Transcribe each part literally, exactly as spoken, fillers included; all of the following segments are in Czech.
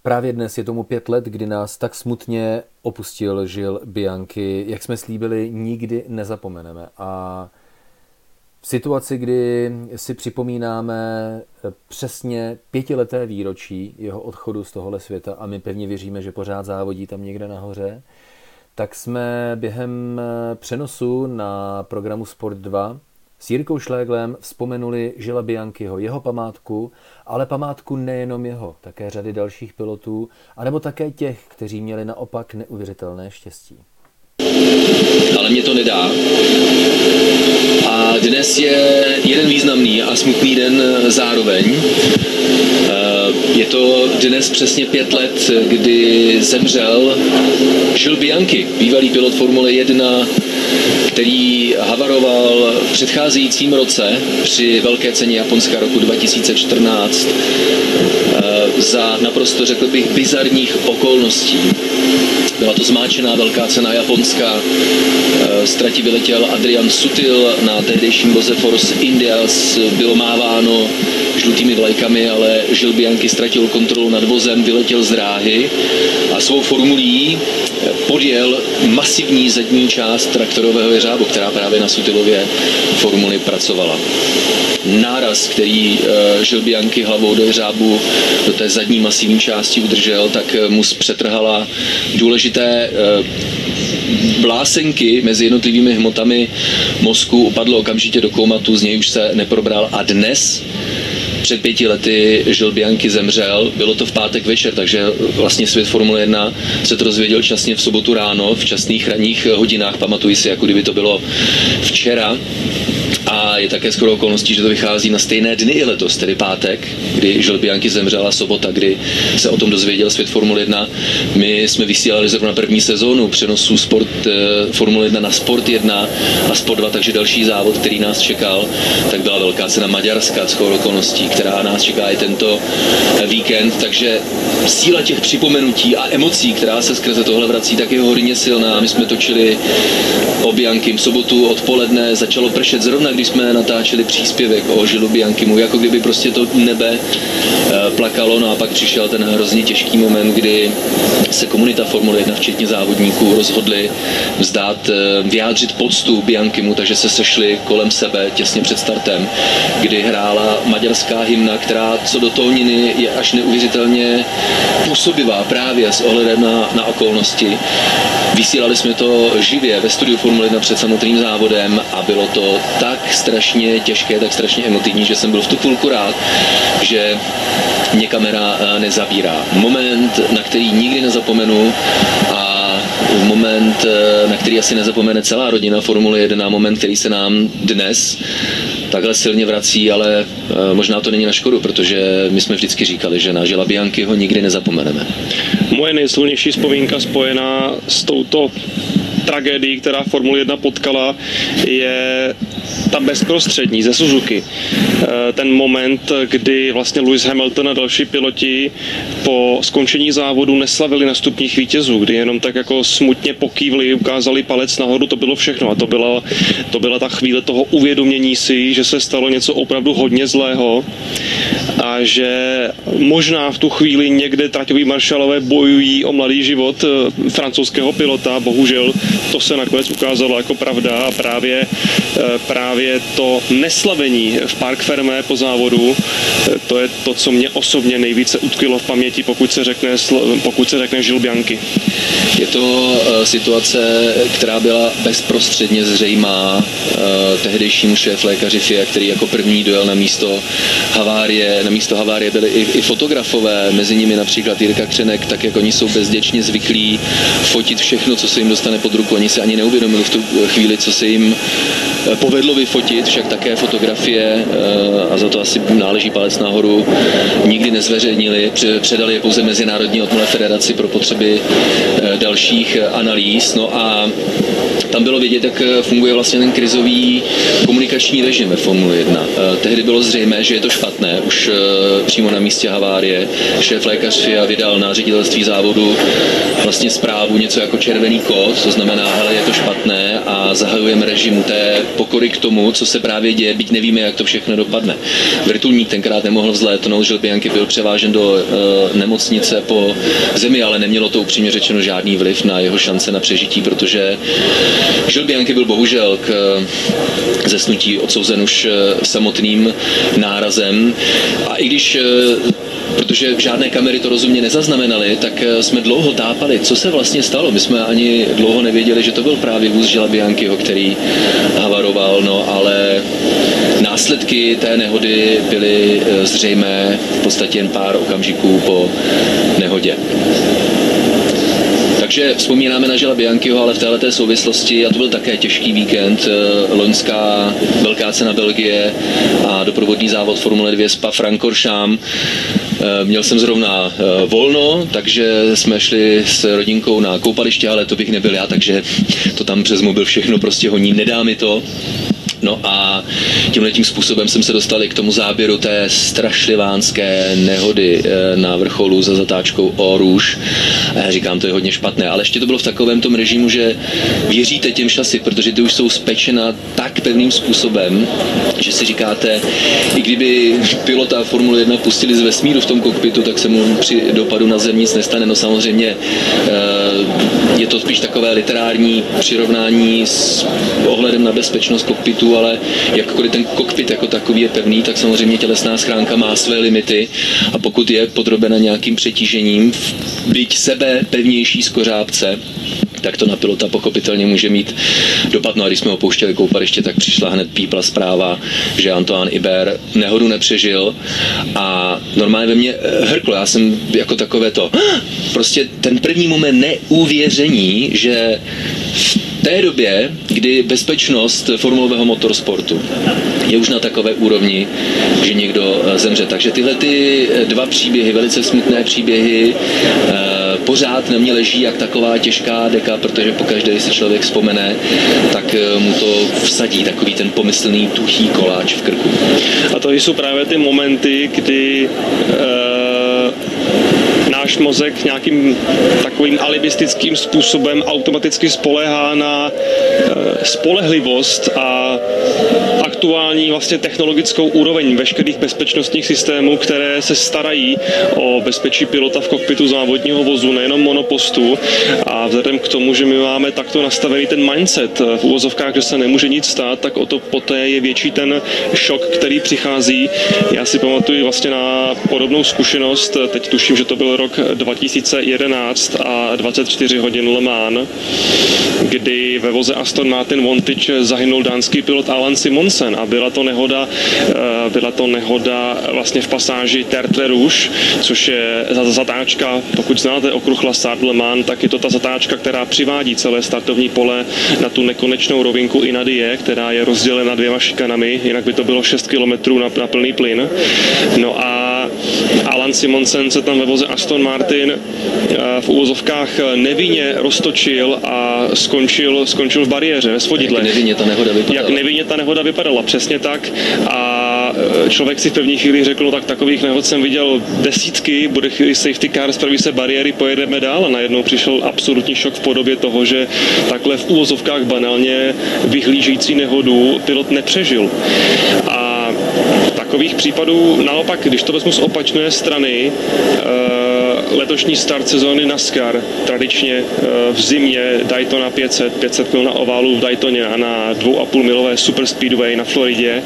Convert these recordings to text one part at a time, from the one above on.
právě dnes je tomu pět let, kdy nás tak smutně opustil Gilles Bianchi. Jak jsme slíbili, nikdy nezapomeneme. A v situaci, kdy si připomínáme přesně pětileté výročí jeho odchodu z tohohle světa a my pevně věříme, že pořád závodí tam někde nahoře, tak jsme během přenosu na programu Sport dva s Jirkou Šléglem vzpomenuli Gilesa Bianchiho, jeho památku, ale památku nejenom jeho, také řady dalších pilotů, anebo také těch, kteří měli naopak neuvěřitelné štěstí. Ale mě to nedá. A dnes je jeden významný a smutný den zároveň. Je to dnes přesně pět let, kdy zemřel Gilles Bianchi, bývalý pilot Formule jedna, který havaroval v předcházejícím roce při velké ceně Japonska roku dva tisíce čtrnáct za naprosto, řekl bych, bizarních okolností. Byla to zmáčená velká cena Japonska, z trati vyletěl Adrian Sutil na tehdejším voze Force Indias, bylo máváno žlutými vlajkami, ale Gilles Bianchi ztratil kontrolu nad vozem, vyletěl z dráhy a svou formulí podjel masivní zadní část traktorového jeřábu, která právě na Sutilově formuli pracovala. Náraz, který Gilles Bianchi hlavou do jeřábu do té zadní masivní části udržel, tak mu přetrhala důležité blásenky mezi jednotlivými hmotami mozku, upadl okamžitě do koumatu, z něj už se neprobral a dnes před pěti lety Gilles Bianchi zemřel, bylo to v pátek večer, takže vlastně svět Formule jedna se to dozvěděl časně v sobotu ráno, v časných ranních hodinách, pamatuji si, jako kdyby to bylo včera. A je také shodou okolností, že to vychází na stejné dny i letos, tedy pátek, kdy Gilles Bianchi zemřel, a sobota, kdy se o tom dozvěděl svět Formule jedna. My jsme vysílali zrovna první sezónu přenosu Sport, eh, Formule jedna na Sport jedna a Sport dva, takže další závod, který nás čekal, tak byla velká cena Maďarska, shodou okolností, která nás čeká i tento víkend, takže síla těch připomenutí a emocí, která se skrze tohle vrací, tak je hodně silná. My jsme točili o Bianchim v sobotu odpoledne, začalo pršet zrovna, když jsme natáčeli příspěvek o Gilesu Bianchimu, jako kdyby prostě to nebe plakalo, no a pak přišel ten hrozně těžký moment, kdy se komunita Formule jedna, včetně závodníků, rozhodli vzdát, vyjádřit poctu Bianchimu, takže se sešli kolem sebe těsně před startem, kdy hrála maďarská hymna, která co do tóniny je až neuvěřitelně působivá právě s ohledem na, na okolnosti. Vysílali jsme to živě ve studiu Formule jedna před samotným závodem a bylo to tak strašně těžké, tak strašně emotivní, že jsem byl v tu chvilku rád, že mě kamera nezabírá. Moment, na který nikdy nezapomenu, a moment, na který asi nezapomene celá rodina Formule jedna, moment, který se nám dnes takhle silně vrací, ale možná to není na škodu, protože my jsme vždycky říkali, že na Gilesa Bianchiho nikdy nezapomeneme. Moje nejsilnější vzpomínka spojená s touto tragédií, která Formule jedna potkala, je ta bezprostřední ze Suzuki. Ten moment, kdy vlastně Lewis Hamilton a další piloti po skončení závodu neslavili na stupních vítězů, kdy jenom tak jako smutně pokývli, ukázali palec nahoru, to bylo všechno. A to byla, to byla ta chvíle toho uvědomění si, že se stalo něco opravdu hodně zlého a že možná v tu chvíli někde traťoví maršalové bojují o mladý život francouzského pilota. Bohužel to se nakonec ukázalo jako pravda a právě, právě to neslavení v Parc Fermé po závodu, to je to, co mě osobně nejvíce utkvělo v paměti, pokud se řekne, pokud se řekne Gilles Bianchi. Je to situace, která byla bezprostředně zřejmá tehdejšímu šéf lékaři F I A, který jako první dojel na místo havárie. Na místo havárie byli i, i fotografové, mezi nimi například Jirka Křenek, tak jak oni jsou bezděčně zvyklí fotit všechno, co se jim dostane pod ruku. Oni si ani neuvědomili v tu chvíli, co se jim povedlo vyfotit, však také fotografie, a za to asi náleží palec nahoru, nikdy nezveřejnili, předali je pouze Mezinárodní automobilové federaci pro potřeby dalších analýz. No a tam bylo vidět, jak funguje vlastně ten krizový komunikační režim ve Formule jedna. Tehdy bylo zřejmé, že je to špatné, už přímo na místě havárie. Šéf lékař F I A vydal na ředitelství závodu vlastně zprávu něco jako červený kód, to znamená, hele, je to špatné a zahajujeme režim té pokory k tomu, co se právě děje, byť nevíme, jak to všechno dopadne. Vrtulník tenkrát nemohl vzlétnout, Žil Bianchi byl převážen do e, nemocnice po zemi, ale nemělo to upřímně řečeno žádný vliv na jeho šance na přežití, protože Žil Bianchi byl bohužel k zesnutí odsouzen už samotným nárazem. A i když protože žádné kamery to rozumně nezaznamenaly, tak jsme dlouho tápali, co se vlastně stalo. My jsme ani dlouho nevěděli, že to byl právě vůz Žila Bianchiho, který havaroval, no ale následky té nehody byly zřejmé v podstatě jen pár okamžiků po nehodě. Takže vzpomínáme na Žila Bianchiho, ale v této souvislosti, a to byl také těžký víkend, loňská velká cena Belgie a doprovodný závod Formule dva Spa-Francorchamps. Měl jsem zrovna volno, takže jsme šli s rodinkou na koupaliště, ale to bych nebyl já, takže to tam přes mobil všechno prostě honí, nedá mi to. No a tímhletím způsobem jsem se dostal i k tomu záběru té strašlivánské nehody na vrcholu za zatáčkou Eau Rouge. A já říkám, to je hodně špatné, ale ještě to bylo v takovém tom režimu, že věříte těm šasy, protože ty už jsou spečena tak pevným způsobem, že si říkáte, i kdyby pilota Formule jedna pustili z vesmíru v tom kokpitu, tak se mu při dopadu na zem nic nestane. No samozřejmě je to spíš takové literární přirovnání s ohledem na bezpečnost kokpitu, ale jakkoliv ten kokpit jako takový je pevný, tak samozřejmě tělesná schránka má své limity a pokud je podrobena nějakým přetížením, byť sebe pevnější skořápce, tak to na pilota pochopitelně může mít dopad. No a když jsme opouštěli koupaliště, tak přišla hned pípla zpráva, že Antoine Hubert nehodu nepřežil a normálně ve mně hrklo. Já jsem jako takové to, prostě ten první moment neuvěření, že v té době, kdy bezpečnost formulového motorsportu je už na takové úrovni, že někdo zemře. Takže tyhle ty dva příběhy, velice smutné příběhy, pořád na mě leží jak taková těžká deka, protože pokaždé, když si člověk vzpomene, tak mu to vsadí takový ten pomyslný tuhý koláč v krku. A to jsou právě ty momenty, kdy uh... náš mozek nějakým takovým alibistickým způsobem automaticky spoléhá na spolehlivost a aktuální vlastně technologickou úroveň veškerých bezpečnostních systémů, které se starají o bezpečí pilota v kokpitu závodního vozu, nejenom monopostu. A vzhledem k tomu, že my máme takto nastavený ten mindset v uvozovkách, že se nemůže nic stát, tak o to poté je větší ten šok, který přichází. Já si pamatuju vlastně na podobnou zkušenost, teď tuším, že to byl rok dva tisíce jedenáct a dvacet čtyři hodin Le Mans, kdy ve voze Aston Martin Vantage zahynul dánský pilot Allan Simonsen a byla to nehoda, byla to nehoda vlastně v pasáži Tertre Rouge, což je zatáčka, pokud znáte okruh La Sarthe Le Mans, tak je to ta zatáčka, která přivádí celé startovní pole na tu nekonečnou rovinku Inadie, která je rozdělena dvěma šikanami, jinak by to bylo šest kilometrů na, na plný plyn. No a Allan Simonsen se tam ve voze Aston Martin v uvozovkách nevinně roztočil a skončil, skončil v bariéře, ve svodidle. Jak nevinně ta nehoda vypadala. Jak nevinně ta nehoda vypadala, přesně tak. A člověk si v první chvíli řekl, no tak takových nehod jsem viděl desítky, bude chvíli safety car, spraví se bariéry, pojedeme dál a najednou přišel absolutní šok v podobě toho, že takhle v uvozovkách banálně vyhlížející nehodu pilot nepřežil. A takových případů naopak, když to vezmu z opačné strany, letošní start sezóny NASCAR, tradičně v zimě Daytona pět set, pět set kil na oválu v Daytoně a na dvou a půl milový super speedway na Floridě,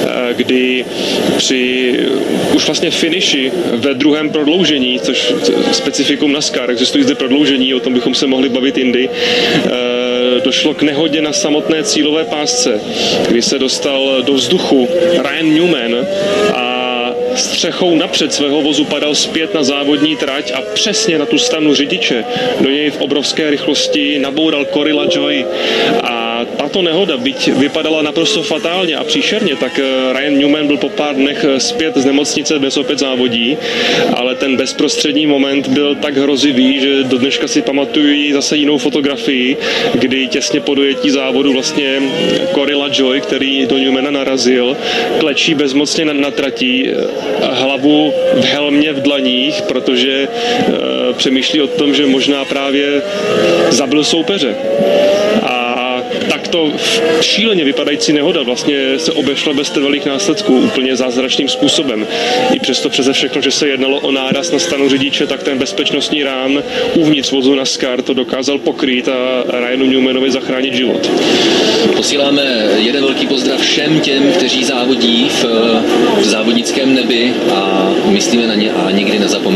kdy při už vlastně finiši ve druhém prodloužení, což specifikum NASCAR, existují zde prodloužení, o tom bychom se mohli bavit jindy, došlo k nehodě na samotné cílové pásce, kdy se dostal do vzduchu Ryan Newman a střechou napřed svého vozu padal zpět na závodní trať a přesně na tu stranu řidiče do něj v obrovské rychlosti naboural Corey LaJoie a A tato nehoda, byť vypadala naprosto fatálně a příšerně, tak Ryan Newman byl po pár dnech zpět z nemocnice, dnes opět závodí, ale ten bezprostřední moment byl tak hrozivý, že do dneška si pamatuju zase jinou fotografii, kdy těsně po dojetí závodu vlastně Corey LaJoie, který do Newmana narazil, klečí bezmocně na, na trati, hlavu v helmě v dlaních, protože uh, přemýšlí o tom, že možná právě zabil soupeře. A takto šíleně vypadající nehoda vlastně se obešla bez trvalých následků úplně zázračným způsobem. I přesto přeze všechno, že se jednalo o náraz na stanu řidiče, tak ten bezpečnostní rám uvnitř vozu NASCAR to dokázal pokrýt a Ryanu Newmanovi zachránit život. Posíláme jeden velký pozdrav všem těm, kteří závodí v, v závodnickém nebi a myslíme na ně a nikdy nezapomeneme.